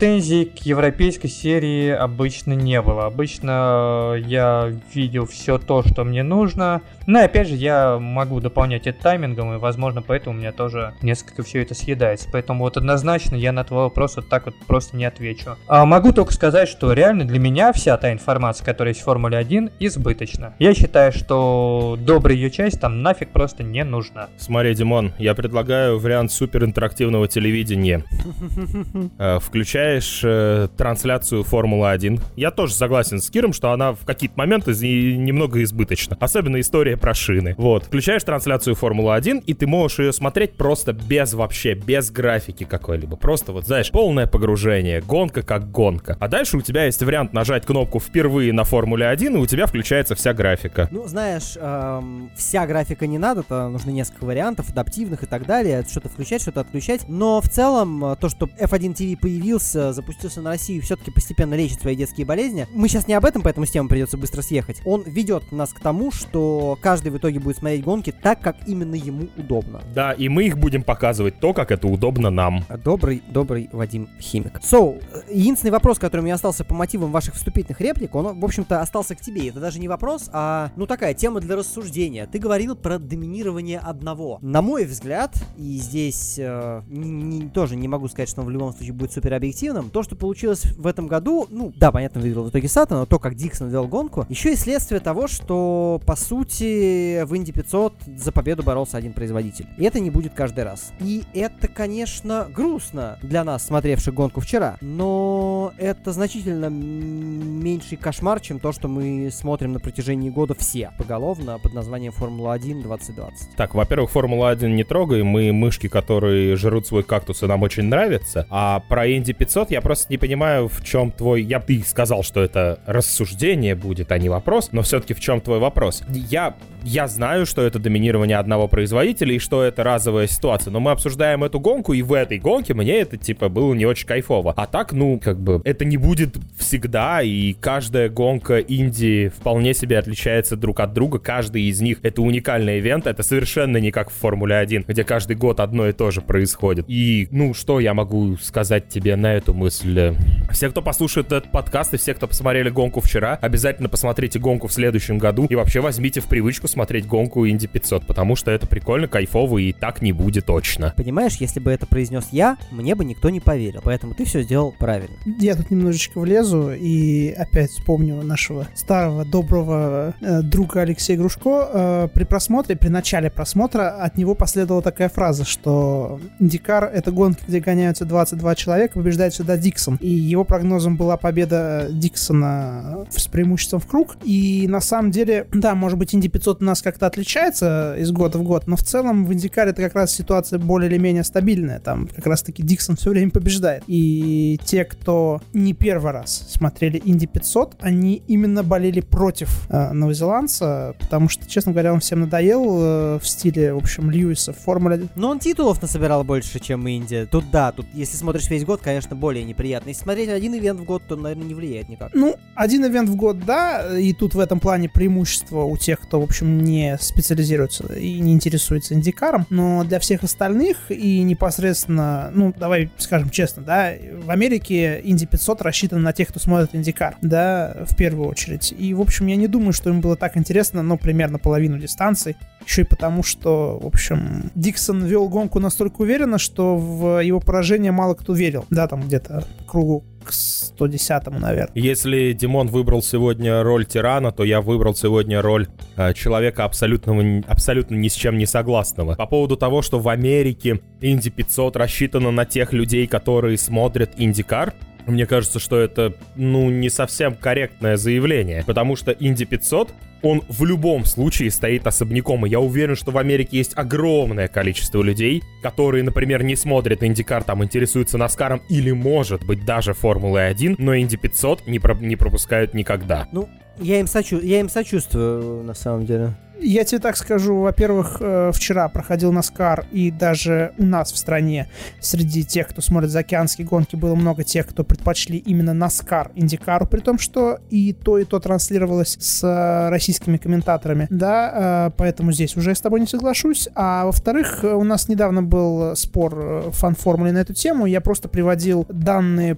претензий к европейской серии обычно не было. Обычно я видел все то, что мне нужно. Но опять же, я могу дополнять это таймингом, и, возможно, поэтому у меня тоже несколько все это съедается. Поэтому вот однозначно я на твой вопрос вот так вот просто не отвечу. А могу только сказать, что реально для меня вся та информация, которая есть в Формуле один, избыточна. Я считаю, что добрая ее часть там нафиг просто не нужна. Смотри, Димон, я предлагаю вариант суперинтерактивного телевидения. Включаешь трансляцию Формулы один. Я тоже согласен с Киром, что она в какие-то моменты немного избыточна. Особенно история про шины. Вот. Включаешь трансляцию Формулы один, и ты можешь ее смотреть просто без вообще, без графики какой-либо. Просто вот, знаешь, полное погружение. Гонка как гонка. А дальше у тебя есть вариант нажать кнопку «Впервые на Формуле один», и у тебя включается вся графика. Ну, знаешь, эм, вся графика не надо, то нужно несколько вариантов, адаптивных и так далее. Что-то включать, что-то отключать. Но в целом, то, что эф один ти ви появился, запустился на Россию, все-таки постепенно лечит свои детские болезни. Мы сейчас не об этом, поэтому с темы придется быстро съехать. Он ведет нас к тому, что каждый в итоге будет смотреть гонки так, как именно ему удобно. Да, и мы их будем показывать то, как это удобно нам. Добрый, добрый Вадим Химик. So, единственный вопрос, который у меня остался по мотивам ваших вступительных реплик, он, в общем-то, остался к тебе. Это даже не вопрос, а, ну, такая тема для рассуждения. Ты говорил про доминирование одного. На мой взгляд, и здесь э, не, не, тоже не могу сказать, что он в любом случае будет супер объективным, то, что получилось в этом году, ну, да, понятно, выиграл в итоге Сато, но то, как Диксон вел гонку, еще и следствие того, что, по сути, в Инди пятьсот за победу боролся один производитель. И это не будет каждый раз. И это, конечно, грустно для нас, смотревших гонку вчера, но это значительно меньший кошмар, чем то, что мы смотрим на протяжении года все поголовно под названием Формула один двадцать двадцать. Так, во-первых, Формула один не трогай, мы мышки, которые жрут свой кактус, и нам очень нравится. А про Инди пятьсот я просто не понимаю, в чем твой... Я бы сказал, что это рассуждение будет, а не вопрос, но все-таки в чем твой вопрос? Я... Я знаю, что это доминирование одного производителя и что это разовая ситуация, но мы обсуждаем эту гонку, и в этой гонке мне это, типа, было не очень кайфово. А так, ну, как бы, это не будет всегда, и каждая гонка инди вполне себе отличается друг от друга, каждый из них — это уникальный ивент, это совершенно не как в Формуле один, где каждый год одно и то же происходит. И, ну, что я могу сказать тебе на эту мысль? Все, кто послушает этот подкаст, и все, кто посмотрели гонку вчера, обязательно посмотрите гонку в следующем году, и вообще возьмите в привычку смотреть гонку Инди пятьсот, потому что это прикольно, кайфово, и так не будет точно. Понимаешь, если бы это произнес я, мне бы никто не поверил, поэтому ты все сделал правильно. Я тут немножечко влезу и опять вспомню нашего старого доброго э, друга Алексея Грушко. Э, при просмотре, при начале просмотра от него последовала такая фраза, что IndyCar — это гонки, где гоняются двадцать два человека, побеждает всегда Диксон. И его прогнозом была победа Диксона с преимуществом в круг. И на самом деле, да, может быть, Инди пятьсот у нас как-то отличается из года в год, но в целом в IndyCar это как раз ситуация более или менее стабильная. Там как раз-таки Диксон все время побеждает. И те, кто не первый раз смотрели Инди пятьсот, они именно болели против э, новозеландца, потому что, честно говоря, он всем надоел э, в стиле, в общем, Льюиса в Формуле один. Но он титулов насобирал больше, чем Инди. Тут да, тут если смотришь весь год, конечно, более неприятно. Если смотреть один ивент в год, то, наверное, не влияет никак. Ну, один ивент в год, да, и тут в этом плане преимущество у тех, кто, в общем, не специализируется и не интересуется индикаром, но для всех остальных и непосредственно, ну, давай скажем честно, да, в Америке Инди пятьсот рассчитан на тех, кто смотрит индикар, да, в первую очередь. И, в общем, я не думаю, что им было так интересно, но примерно половину дистанции, еще и потому, что, в общем, Диксон вел гонку настолько уверенно, что в его поражение мало кто верил, да, там где-то кругу к сто десятому, наверное. Если Димон выбрал сегодня роль тирана, то я выбрал сегодня роль э, человека абсолютно, абсолютно ни с чем не согласного. По поводу того, что в Америке Инди пятьсот рассчитано на тех людей, которые смотрят IndyCar, мне кажется, что это, ну, не совсем корректное заявление, потому что Инди пятьсот, он в любом случае стоит особняком, и я уверен, что в Америке есть огромное количество людей, которые, например, не смотрят IndyCar, там, интересуются Наскаром или, может быть, даже Формулой один, но Инди пятьсот не, про- не пропускают никогда. Ну, я им, сочу... я им сочувствую, на самом деле. Я тебе так скажу, во-первых, э, вчера проходил NASCAR, и даже у нас в стране среди тех, кто смотрит заокеанские гонки, было много тех, кто предпочли именно NASCAR Индикару, при том, что и то, и то транслировалось с э, российскими комментаторами, да, э, поэтому здесь уже я с тобой не соглашусь. А во-вторых, у нас недавно был спор фан-формулы на эту тему, я просто приводил данные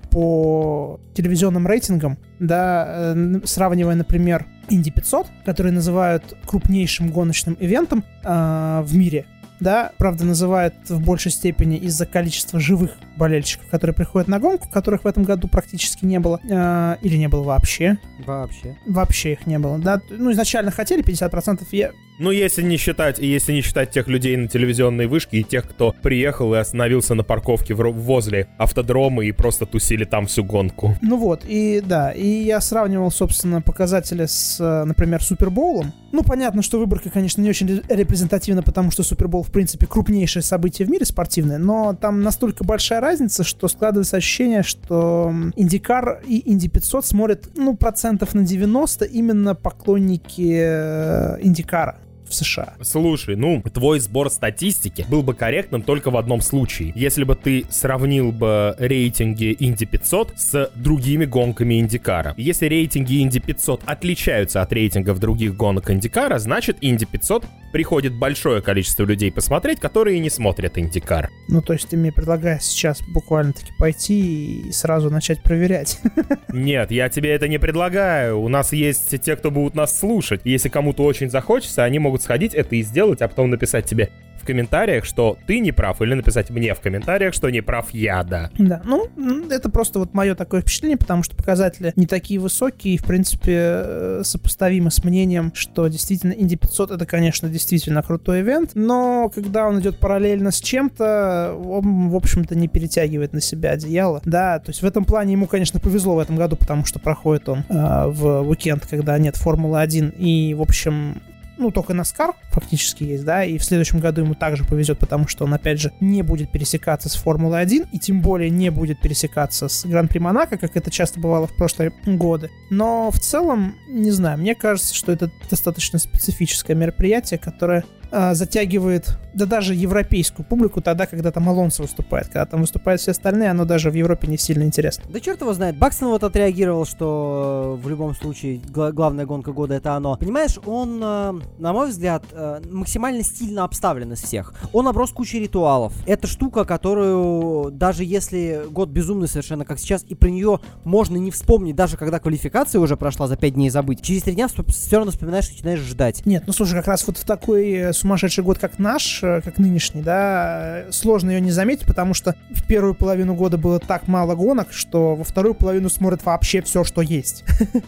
по телевизионным рейтингам, да, э, сравнивая, например, Инди пятьсот, который называют крупнейшим гоночным ивентом э, в мире, да, правда, называют в большей степени из-за количества живых болельщиков, которые приходят на гонку, которых в этом году практически не было, э, или не было вообще. Вообще. Вообще их не было, да. Ну, изначально хотели пятьдесят процентов, я... Ну, если не считать, если не считать тех людей на телевизионной вышке и тех, кто приехал и остановился на парковке в, возле автодрома и просто тусили там всю гонку. Ну вот, и да, и я сравнивал, собственно, показатели с, например, Супербоулом. Ну, понятно, что выборка, конечно, не очень репрезентативна, потому что Супербоул, в принципе, крупнейшее событие в мире спортивное, но там настолько большая разница, что складывается ощущение, что Индикар и Инди пятьсот смотрят, ну, процентов на девяносто именно поклонники Индикара в США. Слушай, ну, твой сбор статистики был бы корректным только в одном случае. Если бы ты сравнил бы рейтинги Инди пятьсот с другими гонками Индикара. Если рейтинги Инди пятьсот отличаются от рейтингов других гонок Индикара, значит, Инди пятьсот приходит большое количество людей посмотреть, которые не смотрят Индикар. Ну, то есть ты мне предлагаешь сейчас буквально-таки пойти и сразу начать проверять? Нет, я тебе это не предлагаю. У нас есть те, кто будут нас слушать. Если кому-то очень захочется, они могут сходить это и сделать, а потом написать тебе в комментариях, что ты не прав, или написать мне в комментариях, что не прав я, да. Да, ну, это просто вот мое такое впечатление, потому что показатели не такие высокие и, в принципе, сопоставимы с мнением, что действительно Инди пятьсот это, конечно, действительно крутой ивент, но когда он идет параллельно с чем-то, он, в общем-то, не перетягивает на себя одеяло, да, то есть в этом плане ему, конечно, повезло в этом году, потому что проходит он э, в уикенд, когда нет Формулы один, и, в общем... Ну, только NASCAR фактически есть, да, и в следующем году ему также повезет, потому что он, опять же, не будет пересекаться с Формулой один, и тем более не будет пересекаться с Гран-при Монако, как это часто бывало в прошлые годы. Но в целом, не знаю, мне кажется, что это достаточно специфическое мероприятие, которое э, затягивает, да даже европейскую публику тогда, когда там Алонсо выступает. Когда там выступают все остальные, оно даже в Европе не сильно интересно. Да черт его знает. Бакстон вот отреагировал, что в любом случае гла- главная гонка года это оно. Понимаешь, он, э, на мой взгляд, э, максимально стильно обставлен из всех. Он оброс кучей ритуалов. Это штука, которую даже если год безумный совершенно как сейчас, и про нее можно не вспомнить, даже когда квалификация уже прошла, за пять дней забыть, через три дня все равно вспоминаешь и начинаешь ждать. Нет, ну слушай, как раз вот в такой сумасшедший год, как наш, как нынешний, да, сложно ее не заметить, потому что в первую половину года было так мало гонок, что во вторую половину смотрят вообще все, что есть.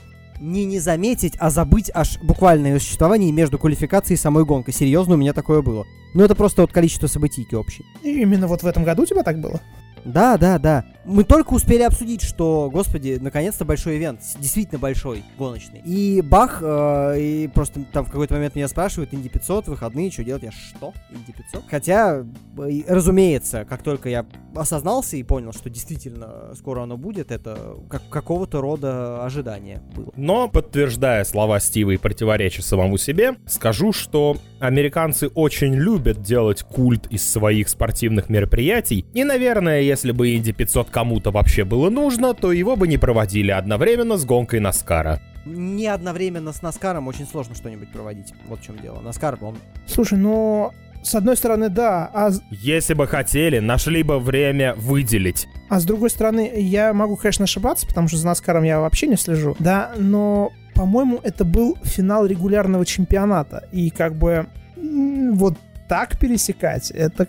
Не не заметить, а забыть аж буквально ее существование между квалификацией и самой гонкой. Серьезно, у меня такое было. Ну, это просто вот количество событий общее. Именно вот в этом году у тебя так было? Да, да, да. Мы только успели обсудить, что, господи, наконец-то большой ивент. Действительно большой, гоночный. И бах, э, и просто там в какой-то момент меня спрашивают, Инди пятьсот, выходные, что делать? Я, что? Инди пятьсот? Хотя, э, разумеется, как только я осознался и понял, что действительно скоро оно будет, это как какого-то рода ожидание было. Но, подтверждая слова Стива и противореча самому себе, скажу, что американцы очень любят делать культ из своих спортивных мероприятий, и, наверное, если бы Инди пятьсот кому-то вообще было нужно, то его бы не проводили одновременно с гонкой Наскара. Не одновременно с Наскаром очень сложно что-нибудь проводить. Вот в чем дело. Наскар, он... Слушай, ну... С одной стороны, да, а... Если бы хотели, нашли бы время выделить. А с другой стороны, я могу, конечно, ошибаться, потому что за Наскаром я вообще не слежу, да, но, по-моему, это был финал регулярного чемпионата, и как бы вот так пересекать, это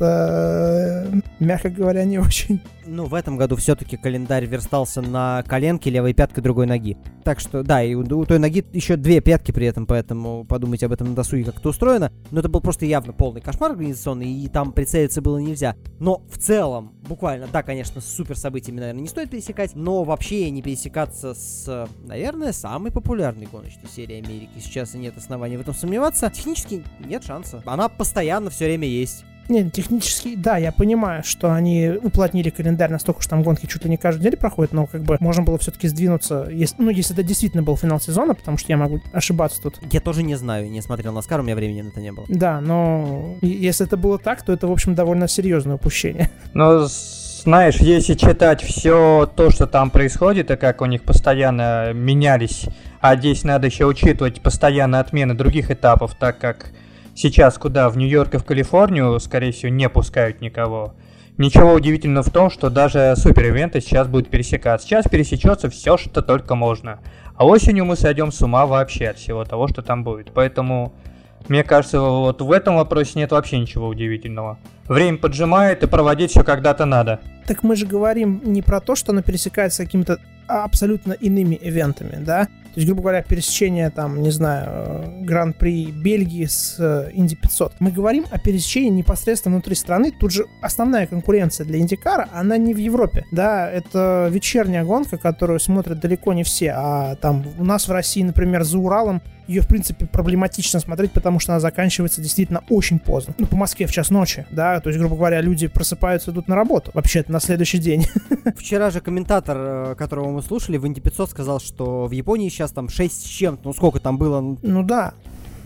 как-то, мягко говоря, не очень. Ну, в этом году все-таки календарь верстался на коленке левой пяткой другой ноги. Так что, да, и у, у той ноги еще две пятки при этом, поэтому подумайте об этом на досуге, как это устроено. Но это был просто явно полный кошмар организационный, и там прицелиться было нельзя. Но в целом, буквально, да, конечно, с супер событиями, наверное, не стоит пересекать, но вообще не пересекаться с, наверное, самой популярной гоночной серией Америки. Сейчас нет оснований в этом сомневаться. Технически нет шанса. Она постоянно все время есть. Нет, технически, да, я понимаю, что они уплотнили календарь настолько, что там гонки чуть ли не каждый день проходят, но как бы можно было все-таки сдвинуться, если, ну, если это действительно был финал сезона, потому что я могу ошибаться тут. Я тоже не знаю, не смотрел Наскар, у меня времени на это не было. Да, но если это было так, то это, в общем, довольно серьезное упущение. Ну, знаешь, если читать все то, что там происходит, и как у них постоянно менялись, а здесь надо еще учитывать постоянные отмены других этапов, так как сейчас куда, в Нью-Йорк и в Калифорнию, скорее всего, не пускают никого. Ничего удивительного в том, что даже супер-ивенты сейчас будут пересекаться. Сейчас пересечется все, что только можно. А осенью мы сойдем с ума вообще от всего того, что там будет. Поэтому, мне кажется, вот в этом вопросе нет вообще ничего удивительного. Время поджимает, и проводить все когда-то надо. Так мы же говорим не про то, что оно пересекается какими-то абсолютно иными ивентами, да? То есть, грубо говоря, пересечение, там, не знаю, Гран-при Бельгии с Инди пятьсот. Мы говорим о пересечении непосредственно внутри страны. Тут же основная конкуренция для Индикара, она не в Европе, да? Это вечерняя гонка, которую смотрят далеко не все, а там у нас в России, например, за Уралом ее, в принципе, проблематично смотреть, потому что она заканчивается действительно очень поздно. Ну, по Москве в час ночи, да, то есть, грубо говоря, люди просыпаются, идут на работу. Вообще-то на следующий день. Вчера же комментатор, которого мы слушали, в Инди пятьсот сказал, что в Японии сейчас там шесть с чем-то, ну сколько там было? Ну да.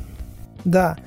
Да,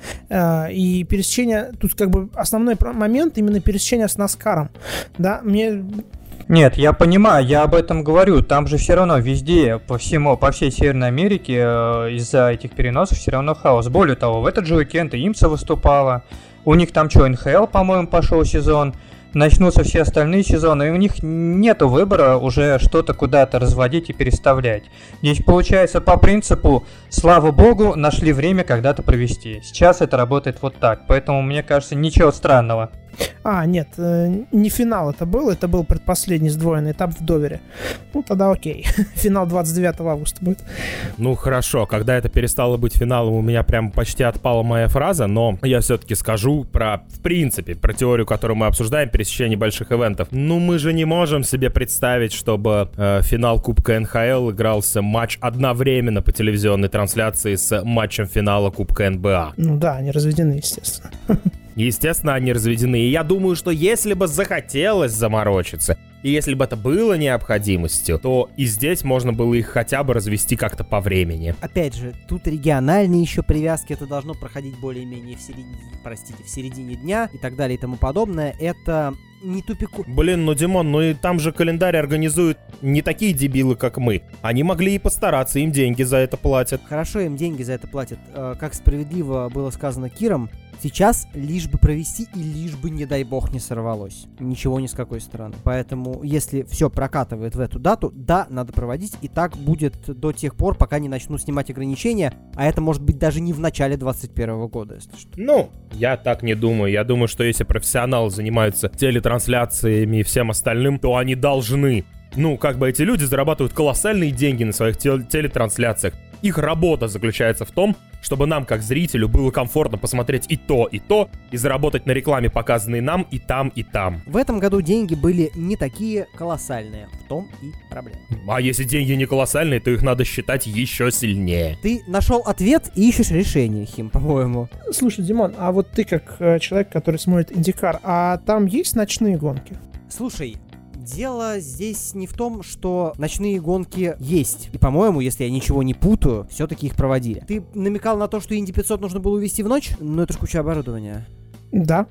и пересечение, тут как бы основной момент именно пересечение с Наскаром, да, мне... Нет, я понимаю, я об этом говорю, там же все равно везде, по всему, по всей Северной Америке э, из-за этих переносов все равно хаос. Более того, в этот же уикенд и Имса выступала, у них там что, эн эйч эл, по-моему, пошел сезон, начнутся все остальные сезоны, и у них нету выбора уже что-то куда-то разводить и переставлять. Здесь получается по принципу, слава богу, нашли время когда-то провести. Сейчас это работает вот так, поэтому мне кажется, ничего странного. А, нет, не финал это был, это был предпоследний сдвоенный этап в Довере. Ну, тогда окей. Финал двадцать девятого августа будет. Ну, хорошо, когда это перестало быть финалом, у меня прям почти отпала моя фраза, но я все-таки скажу про, в принципе, про теорию, которую мы обсуждаем, пересечение больших ивентов. Ну, мы же не можем себе представить, чтобы э, финал Кубка эн эйч эл игрался матч одновременно по телевизионной трансляции с матчем финала Кубка эн бэ а. Ну да, они разведены, естественно. Естественно, они разведены. И я думаю, что если бы захотелось заморочиться, и если бы это было необходимостью, то и здесь можно было их хотя бы развести как-то по времени. Опять же, тут региональные еще привязки, это должно проходить более-менее в середине, простите, в середине дня и так далее и тому подобное. Это не тупику. Блин, ну, Димон, ну и там же календарь организуют не такие дебилы, как мы. Они могли и постараться, им деньги за это платят. Хорошо, им деньги за это платят. Как справедливо было сказано Киром, сейчас лишь бы провести и лишь бы, не дай бог, не сорвалось. Ничего ни с какой стороны. Поэтому, если все прокатывает в эту дату, да, надо проводить. И так будет до тех пор, пока не начнут снимать ограничения. А это может быть даже не в начале двадцать первого года, если что. Ну, я так не думаю. Я думаю, что если профессионалы занимаются телетрансляциями и всем остальным, то они должны. Ну, как бы эти люди зарабатывают колоссальные деньги на своих тел- телетрансляциях. Их работа заключается в том, чтобы нам, как зрителю, было комфортно посмотреть и то, и то, и заработать на рекламе, показанной нам и там, и там. В этом году деньги были не такие колоссальные. В том и проблема. А если деньги не колоссальные, то их надо считать еще сильнее. Ты нашел ответ и ищешь решение, Хим, по-моему. Слушай, Димон, а вот ты как э, человек, который смотрит Индикар, а там есть ночные гонки? Слушай, дело здесь не в том, что ночные гонки есть. И, по-моему, если я ничего не путаю, все-таки их проводили. Ты намекал на то, что Инди пятьсот нужно было увезти в ночь? Ну, это ж куча оборудования. Да.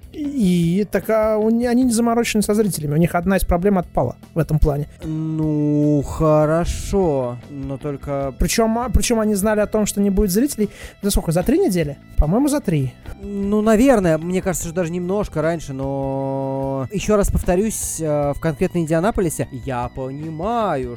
И так а, они не заморочены со зрителями. У них одна из проблем отпала в этом плане. Ну, хорошо. Но только... Причем, причем они знали о том, что не будет зрителей. За сколько? За три недели? По-моему, за три. Ну, наверное. Мне кажется, что даже немножко раньше, но... Еще раз повторюсь, в конкретно Индианаполисе я понимаю,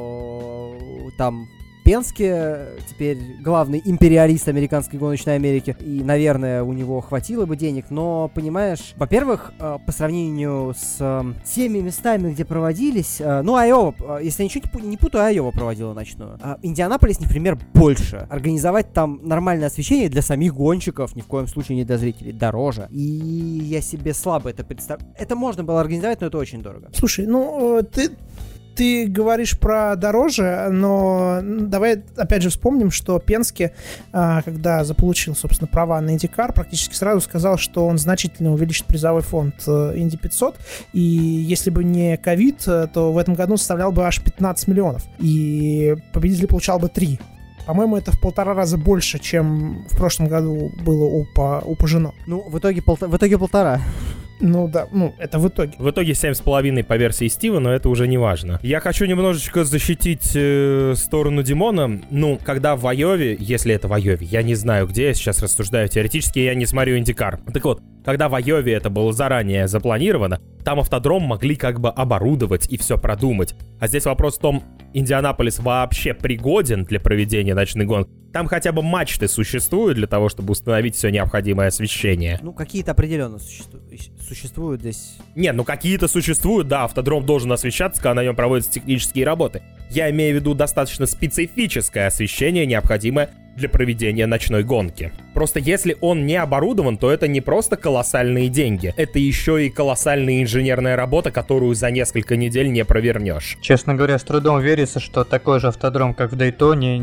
что там... Пенске теперь главный империалист американской гоночной Америки, и, наверное, у него хватило бы денег, но, понимаешь, во-первых, по сравнению с теми местами, где проводились, ну, Айова, если я ничего не путаю, Айова проводила ночную. Индианаполис, например, больше. Организовать там нормальное освещение для самих гонщиков, ни в коем случае не для зрителей, дороже. И я себе слабо это представляю. Это можно было организовать, но это очень дорого. Слушай, ну, ты... ты говоришь про дороже, но давай опять же вспомним, что Пенske, когда заполучил, собственно, права на IndyCar, практически сразу сказал, что он значительно увеличит призовой фонд Инди пятьсот, и если бы не ковид, то в этом году составлял бы аж пятнадцать миллионов, и победитель получал бы три. По-моему, это в полтора раза больше, чем в прошлом году было у, у Пажино. Ну, в итоге, полта- в итоге полтора. Ну да, ну это в итоге. В итоге семь с половиной по версии Стива, но это уже не важно. Я хочу немножечко защитить э, сторону Димона. Ну, когда в Айове, если это в Айове, я не знаю, где, я сейчас рассуждаю теоретически, я не смотрю IndyCar. Так вот, когда в Айове это было заранее запланировано, там автодром могли как бы оборудовать и все продумать. А здесь вопрос в том, Индианаполис вообще пригоден для проведения ночной гонки? Там хотя бы мачты существуют для того, чтобы установить все необходимое освещение? Ну, какие-то определенно существуют. Существуют здесь... Нет, ну какие-то существуют, да, автодром должен освещаться, когда на нем проводятся технические работы. Я имею в виду достаточно специфическое освещение, необходимое для проведения ночной гонки. Просто если он не оборудован, то это не просто колоссальные деньги, это еще и колоссальная инженерная работа, которую за несколько недель не провернешь. Честно говоря, с трудом верится, что такой же автодром, как в Дейтоне,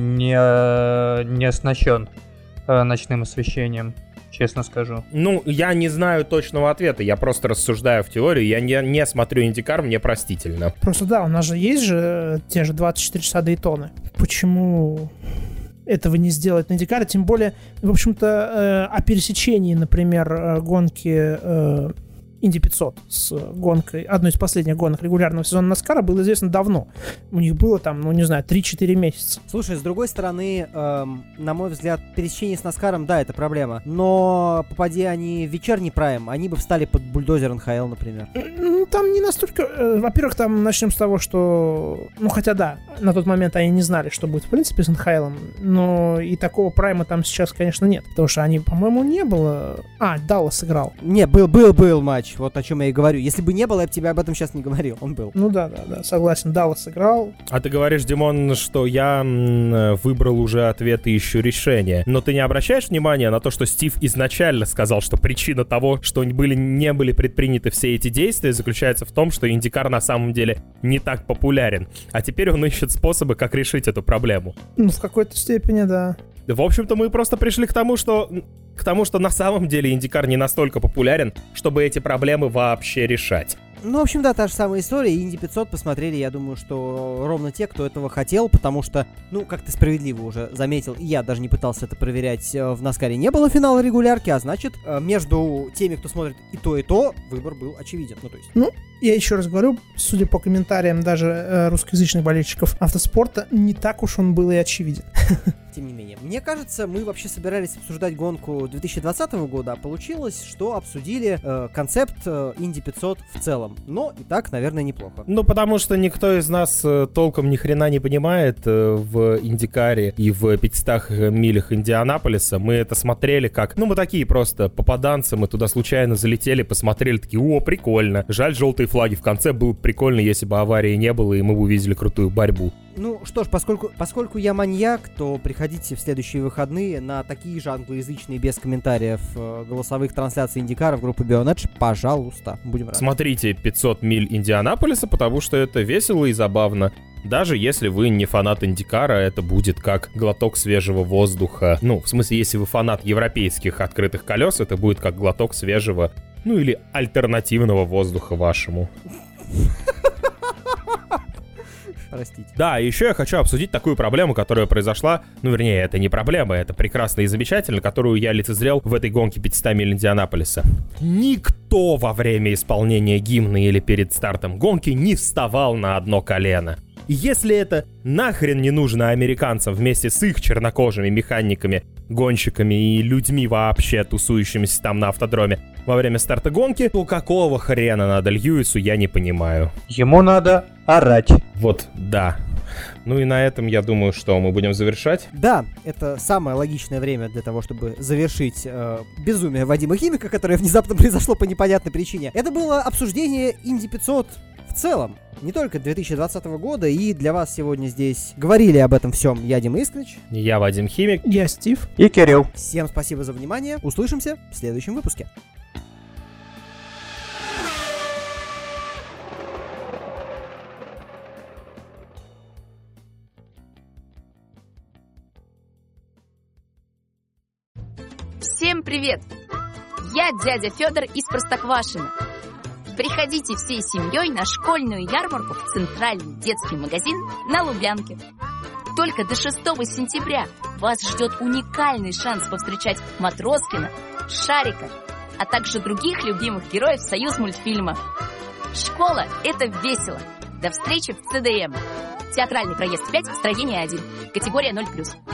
не, не оснащен э, ночным освещением. Честно скажу. Ну, я не знаю точного ответа, я просто рассуждаю в теории, я не, не смотрю IndyCar, мне простительно. Просто да, у нас же есть же те же двадцать четыре часа Дейтоны. Почему этого не сделать на IndyCar? Тем более, в общем-то, э, о пересечении, например, гонки э, Инди пятьсот с гонкой, одной из последних гонок регулярного сезона Наскара было известно давно. У них было там, ну не знаю, три-четыре месяца. Слушай, с другой стороны, эм, на мой взгляд, пересечение с Наскаром, да, это проблема. Но попади они в вечерний прайм, они бы встали под бульдозер эн ха эл, например. Ну, там не настолько... Э, во-первых, там начнем с того, что... Ну, хотя да, на тот момент они не знали, что будет в принципе с эн ха эл, но и такого прайма там сейчас, конечно, нет. Потому что они, по-моему, не было... А, Даллас играл. Не, был, был, был матч. Вот о чем я и говорю. Если бы не было, я бы тебе об этом сейчас не говорил. Он был. Ну да, да, да, согласен. Даллас играл. А ты говоришь, Димон, что я м, выбрал уже ответ и ищу решение. Но ты не обращаешь внимания на то, что Стив изначально сказал, что причина того, что были, не были предприняты все эти действия, заключается в том, что IndyCar на самом деле не так популярен. А теперь он ищет способы, как решить эту проблему. Ну, в какой-то степени, да. В общем-то, мы просто пришли к тому, что... К тому, что на самом деле IndyCar не настолько популярен, чтобы эти проблемы вообще решать. Ну, в общем, да, та же самая история. Инди пятьсот посмотрели, я думаю, что ровно те, кто этого хотел, потому что, ну, как ты справедливо уже заметил, и я даже не пытался это проверять, в Наскаре не было финала регулярки, а значит, между теми, кто смотрит и то, и то, выбор был очевиден. Ну, то есть... Ну, я еще раз говорю, судя по комментариям даже э, русскоязычных болельщиков автоспорта, не так уж он был и очевиден. Тем не менее, мне кажется, мы вообще собирались обсуждать гонку две тысячи двадцатого года, а получилось, что обсудили э, концепт э, Инди пятьсот в целом. Но и так, наверное, неплохо. Ну, потому что никто из нас э, толком ни хрена не понимает э, в Индикаре и в пятистах милях Индианаполиса. Мы это смотрели как... Ну, мы такие просто попаданцы, мы туда случайно залетели, посмотрели, такие, о, прикольно. Жаль, желтые флаги в конце, было бы прикольно, если бы аварии не было, и мы бы увидели крутую борьбу. Ну что ж, поскольку, поскольку я маньяк, то приходите в следующие выходные на такие же англоязычные, без комментариев, э, голосовых трансляций Индикара в группу Bionedge. Пожалуйста, будем рады. Смотрите пятьсот миль Индианаполиса, потому что это весело и забавно. Даже если вы не фанат Индикара, это будет как глоток свежего воздуха. Ну, в смысле, если вы фанат европейских открытых колес, это будет как глоток свежего, ну или альтернативного воздуха вашему. Простите. Да, еще я хочу обсудить такую проблему, которая произошла, ну, вернее, это не проблема, это прекрасно и замечательно, которую я лицезрел в этой гонке пятисот миль Индианаполиса. Никто во время исполнения гимна или перед стартом гонки не вставал на одно колено. И если это нахрен не нужно американцам вместе с их чернокожими механиками, гонщиками и людьми вообще тусующимися там на автодроме во время старта гонки, то какого хрена надо Льюису, я не понимаю. Ему надо орать. Вот, да. Ну и на этом, я думаю, что мы будем завершать. Да, это самое логичное время для того, чтобы завершить э, безумие Вадима Химика, которое внезапно произошло по непонятной причине. Это было обсуждение Инди пятьсот в целом, не только две тысячи двадцатого года, и для вас сегодня здесь говорили об этом всем я, Дима Искрич. Я Вадим Химик. Я Стив. И Кирилл. Всем спасибо за внимание, услышимся в следующем выпуске. Всем привет! Я дядя Федор из Простоквашино. Приходите всей семьей на школьную ярмарку в центральный детский магазин на Лубянке. Только до шестого сентября вас ждет уникальный шанс повстречать Матроскина, Шарика, а также других любимых героев Союзмультфильма. Школа – это весело. До встречи в ЦДМ. Театральный проезд пять, строение один. Категория ноль плюс.